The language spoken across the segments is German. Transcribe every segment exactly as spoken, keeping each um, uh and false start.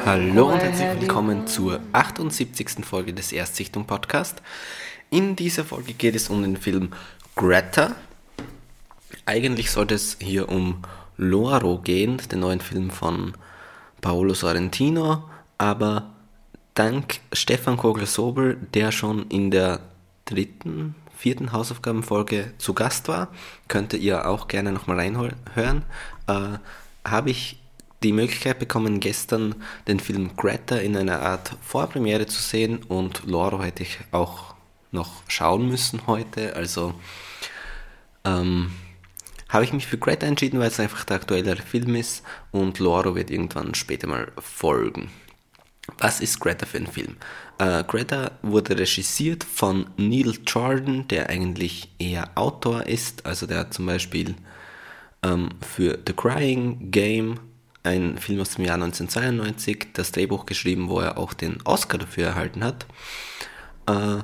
Hallo und herzlich willkommen zur achtundsiebzigsten Folge des Erstsichtung Podcast. In dieser Folge geht es um den Film Greta. Eigentlich sollte es hier um Loro gehen, den neuen Film von Paolo Sorrentino, aber dank Stefan Kogler-Sobel, der schon in der dritten, vierten Hausaufgabenfolge zu Gast war, könnt ihr auch gerne nochmal reinhören, äh, habe ich die Möglichkeit bekommen, gestern den Film Greta in einer Art Vorpremiere zu sehen, und Loro hätte ich auch noch schauen müssen heute, also ähm, habe ich mich für Greta entschieden, weil es einfach der aktuellere Film ist, und Loro wird irgendwann später mal folgen. Was ist Greta für ein Film? Äh, Greta wurde regisiert von Neil Jordan, der eigentlich eher Autor ist, also der hat zum Beispiel ähm, für The Crying Game, ein Film aus dem Jahr neunzehnhundertzweiundneunzig, das Drehbuch geschrieben, wo er auch den Oscar dafür erhalten hat. Äh,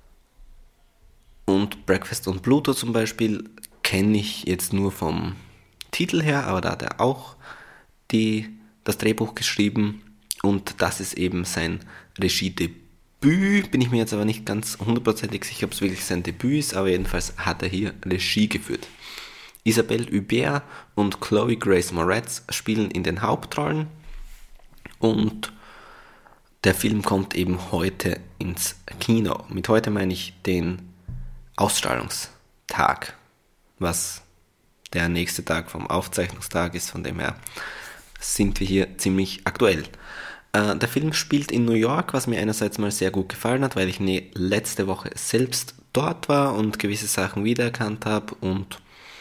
und Breakfast on Pluto zum Beispiel kenne ich jetzt nur vom Titel her, aber da hat er auch die, das Drehbuch geschrieben, und das ist eben sein Regiedebüt. Bin ich mir jetzt aber nicht ganz hundertprozentig sicher, ob es wirklich sein Debüt ist, aber jedenfalls hat er hier Regie geführt. Isabelle Huppert und Chloe Grace Moretz spielen in den Hauptrollen, und der Film kommt eben heute ins Kino. Mit heute meine ich den Ausstrahlungstag, was der nächste Tag vom Aufzeichnungstag ist, von dem her sind wir hier ziemlich aktuell. Äh, der Film spielt in New York, was mir einerseits mal sehr gut gefallen hat, weil ich ne, letzte Woche selbst dort war und gewisse Sachen wiedererkannt habe, und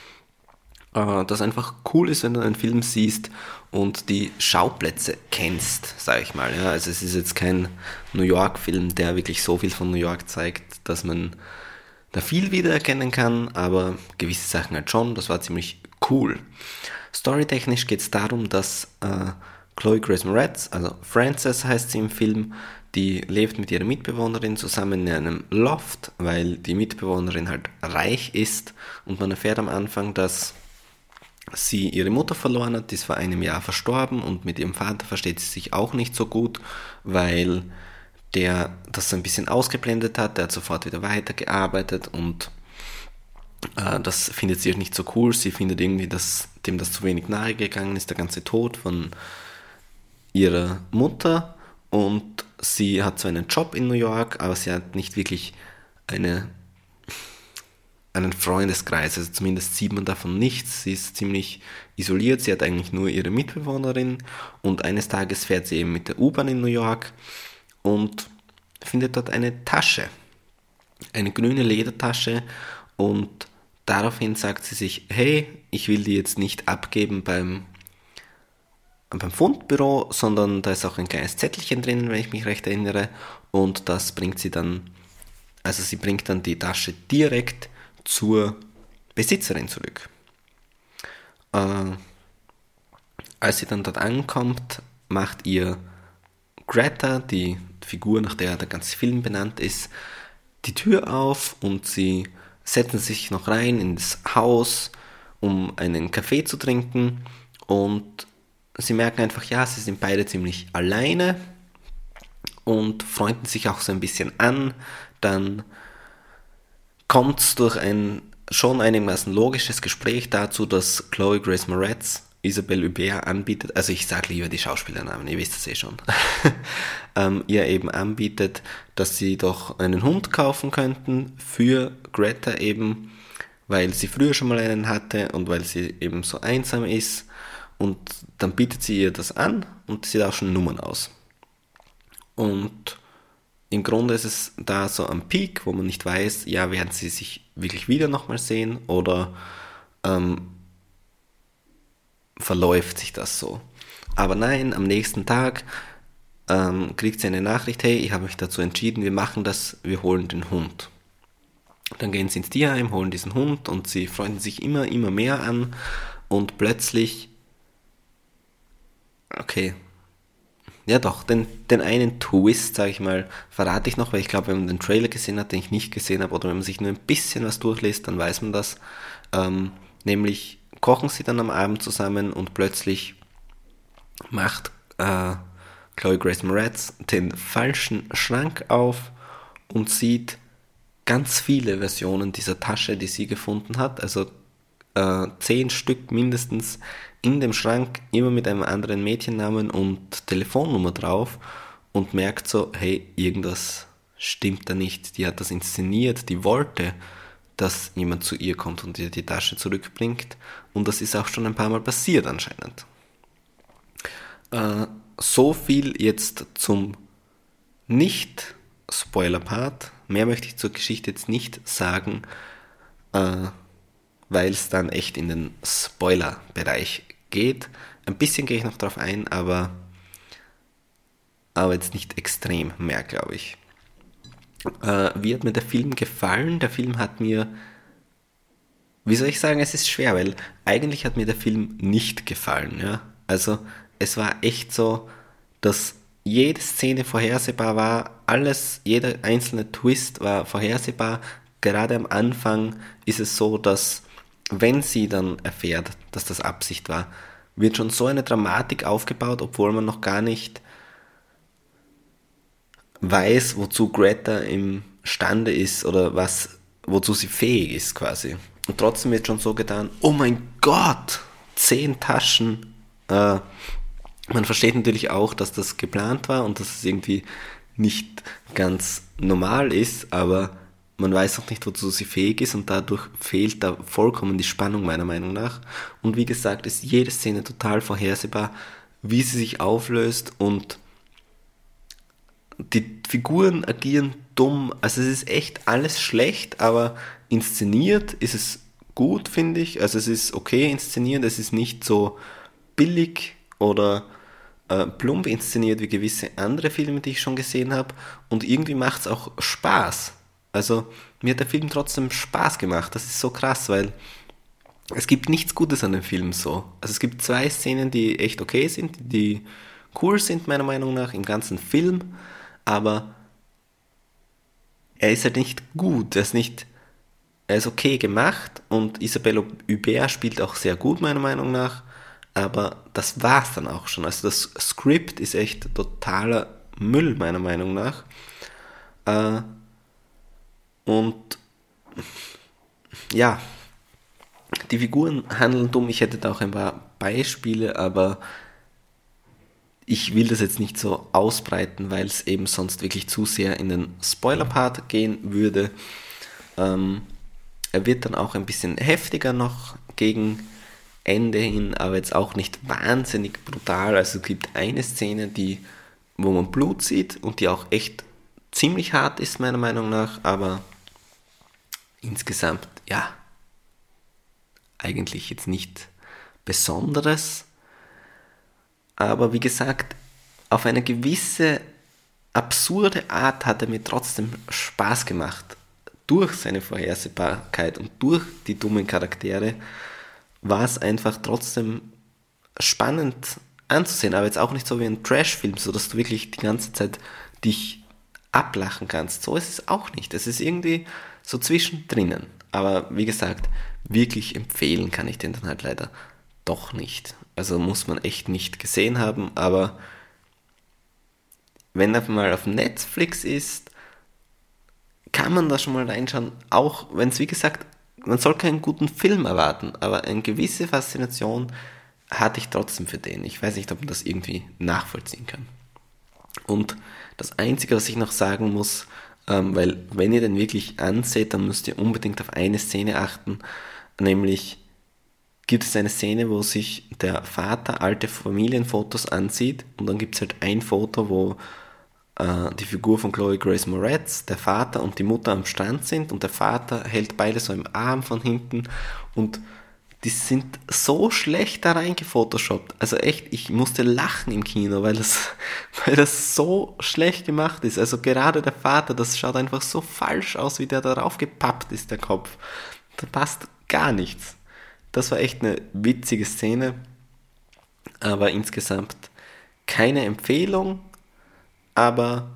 das einfach cool ist, wenn du einen Film siehst und die Schauplätze kennst, sage ich mal. Ja, also es ist jetzt kein New York-Film, der wirklich so viel von New York zeigt, dass man da viel wiedererkennen kann, aber gewisse Sachen halt schon. Das war ziemlich cool. Storytechnisch geht es darum, dass äh, Chloe Grace Moretz, also Frances heißt sie im Film, die lebt mit ihrer Mitbewohnerin zusammen in einem Loft, weil die Mitbewohnerin halt reich ist, und man erfährt am Anfang, dass sie ihre Mutter verloren hat, die ist vor einem Jahr verstorben, und mit ihrem Vater versteht sie sich auch nicht so gut, weil der das so ein bisschen ausgeblendet hat, der hat sofort wieder weitergearbeitet, und äh, das findet sie nicht so cool. Sie findet irgendwie, dass dem das zu wenig nahe gegangen ist, der ganze Tod von ihrer Mutter, und sie hat zwar einen Job in New York, aber sie hat nicht wirklich eine einen Freundeskreis, also zumindest sieht man davon nichts. Sie ist ziemlich isoliert, sie hat eigentlich nur ihre Mitbewohnerin, und eines Tages fährt sie eben mit der U-Bahn in New York und findet dort eine Tasche, eine grüne Ledertasche, und daraufhin sagt sie sich, hey, ich will die jetzt nicht abgeben beim, beim Fundbüro, sondern da ist auch ein kleines Zettelchen drin, wenn ich mich recht erinnere, und das bringt sie dann, also sie bringt dann die Tasche direkt zur Besitzerin zurück. Äh, als sie dann dort ankommt, macht ihr Greta, die Figur, nach der der ganze Film benannt ist, die Tür auf, und sie setzen sich noch rein ins Haus, um einen Kaffee zu trinken, und sie merken einfach, ja, sie sind beide ziemlich alleine und freunden sich auch so ein bisschen an. Dann kommt es durch ein schon einigermaßen logisches Gespräch dazu, dass Chloe Grace Moretz Isabelle Huppert anbietet, also ich sage lieber die Schauspielernamen, ihr wisst es eh schon, ähm, ihr eben anbietet, dass sie doch einen Hund kaufen könnten für Greta eben, weil sie früher schon mal einen hatte und weil sie eben so einsam ist, und dann bietet sie ihr das an, und sie tauschen Nummern aus. Und im Grunde ist es da so am Peak, wo man nicht weiß, ja, werden sie sich wirklich wieder nochmal sehen, oder ähm, verläuft sich das so. Aber nein, am nächsten Tag ähm, kriegt sie eine Nachricht, hey, ich habe mich dazu entschieden, wir machen das, wir holen den Hund. Dann gehen sie ins Tierheim, holen diesen Hund, und sie freunden sich immer, immer mehr an, und plötzlich, okay, ja doch, den, den einen Twist, sage ich mal, verrate ich noch, weil ich glaube, wenn man den Trailer gesehen hat, den ich nicht gesehen habe, oder wenn man sich nur ein bisschen was durchliest, dann weiß man das. Ähm, nämlich kochen sie dann am Abend zusammen, und plötzlich macht äh, Chloe Grace Moretz den falschen Schrank auf und sieht ganz viele Versionen dieser Tasche, die sie gefunden hat. Also äh, zehn Stück mindestens in dem Schrank, immer mit einem anderen Mädchennamen und Telefonnummer drauf und merkt so, hey, irgendwas stimmt da nicht. Die hat das inszeniert, die wollte, dass jemand zu ihr kommt und ihr die Tasche zurückbringt. Und das ist auch schon ein paar Mal passiert anscheinend. Äh, so viel jetzt zum Nicht-Spoiler-Part. Mehr möchte ich zur Geschichte jetzt nicht sagen, äh, weil es dann echt in den Spoiler-Bereich geht. Ein bisschen gehe ich noch drauf ein, aber, aber jetzt nicht extrem mehr, glaube ich. Äh, wie hat mir der Film gefallen? Der Film hat mir, wie soll ich sagen, es ist schwer, weil eigentlich hat mir der Film nicht gefallen. Ja? Also es war echt so, dass jede Szene vorhersehbar war, alles, jeder einzelne Twist war vorhersehbar. Gerade am Anfang ist es so, dass wenn sie dann erfährt, dass das Absicht war, wird schon so eine Dramatik aufgebaut, obwohl man noch gar nicht weiß, wozu Greta imstande ist oder was, wozu sie fähig ist quasi. Und trotzdem wird schon so getan, oh mein Gott, zehn Taschen. Äh, man versteht natürlich auch, dass das geplant war und dass es irgendwie nicht ganz normal ist, aber man weiß auch nicht, wozu sie fähig ist und dadurch fehlt da vollkommen die Spannung meiner Meinung nach. Und wie gesagt, ist jede Szene total vorhersehbar, wie sie sich auflöst und die Figuren agieren dumm. Also es ist echt alles schlecht, aber inszeniert ist es gut, finde ich. Also es ist okay inszeniert, es ist nicht so billig oder äh, plump inszeniert wie gewisse andere Filme, die ich schon gesehen habe. Und irgendwie macht es auch Spaß. Also mir hat der Film trotzdem Spaß gemacht. Das ist so krass, weil es gibt nichts Gutes an dem Film so. Also es gibt zwei Szenen, die echt okay sind, die cool sind meiner Meinung nach im ganzen Film, aber er ist halt nicht gut. Er ist nicht, er ist okay gemacht und Isabelle Huppert spielt auch sehr gut meiner Meinung nach, aber das war's dann auch schon. Also das Skript ist echt totaler Müll meiner Meinung nach. Äh, Und ja, die Figuren handeln dumm. Ich hätte da auch ein paar Beispiele, aber ich will das jetzt nicht so ausbreiten, weil es eben sonst wirklich zu sehr in den Spoiler-Part gehen würde. Ähm, er wird dann auch ein bisschen heftiger noch gegen Ende hin, aber jetzt auch nicht wahnsinnig brutal. Also es gibt eine Szene, die, wo man Blut sieht und die auch echt ziemlich hart ist, meiner Meinung nach, aber insgesamt, ja, eigentlich jetzt nicht Besonderes. Aber wie gesagt, auf eine gewisse absurde Art hat er mir trotzdem Spaß gemacht. Durch seine Vorhersehbarkeit und durch die dummen Charaktere war es einfach trotzdem spannend anzusehen. Aber jetzt auch nicht so wie ein Trash-Film, so dass du wirklich die ganze Zeit dich ablachen kannst. So ist es auch nicht. Es ist irgendwie so zwischendrin. Aber wie gesagt, wirklich empfehlen kann ich den dann halt leider doch nicht. Also muss man echt nicht gesehen haben, aber wenn er mal auf Netflix ist, kann man da schon mal reinschauen, auch wenn es wie gesagt, man soll keinen guten Film erwarten, aber eine gewisse Faszination hatte ich trotzdem für den. Ich weiß nicht, ob man das irgendwie nachvollziehen kann. Und das Einzige, was ich noch sagen muss, ähm, weil wenn ihr den wirklich anseht, dann müsst ihr unbedingt auf eine Szene achten, nämlich gibt es eine Szene, wo sich der Vater alte Familienfotos ansieht und dann gibt es halt ein Foto, wo äh, die Figur von Chloe Grace Moretz, der Vater und die Mutter am Strand sind und der Vater hält beide so im Arm von hinten und die sind so schlecht da reingefotoshoppt. Also echt, ich musste lachen im Kino, weil das, weil das so schlecht gemacht ist. Also gerade der Vater, das schaut einfach so falsch aus, wie der darauf gepappt ist, der Kopf. Da passt gar nichts. Das war echt eine witzige Szene, aber insgesamt keine Empfehlung, aber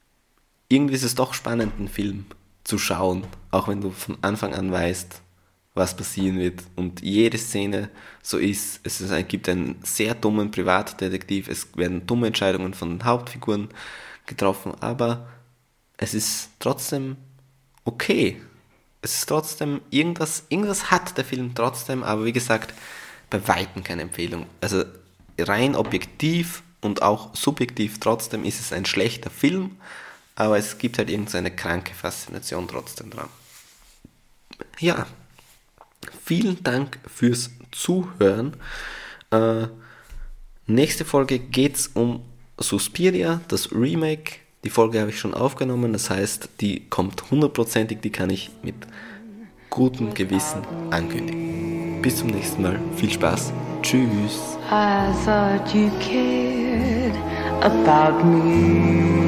irgendwie ist es doch spannend, einen Film zu schauen, auch wenn du von Anfang an weißt, was passieren wird und jede Szene so ist. Es ist ein, gibt einen sehr dummen Privatdetektiv, es werden dumme Entscheidungen von den Hauptfiguren getroffen, aber es ist trotzdem okay. Es ist trotzdem, irgendwas, irgendwas hat der Film trotzdem, aber wie gesagt, bei Weitem keine Empfehlung. Also rein objektiv und auch subjektiv trotzdem ist es ein schlechter Film, aber es gibt halt irgendeine kranke Faszination trotzdem dran. Ja, vielen Dank fürs Zuhören. Äh, nächste Folge geht es um Suspiria, das Remake. Die Folge habe ich schon aufgenommen, das heißt, die kommt hundertprozentig, die kann ich mit gutem Gewissen ankündigen. Bis zum nächsten Mal, viel Spaß, tschüss. I thought you cared about me.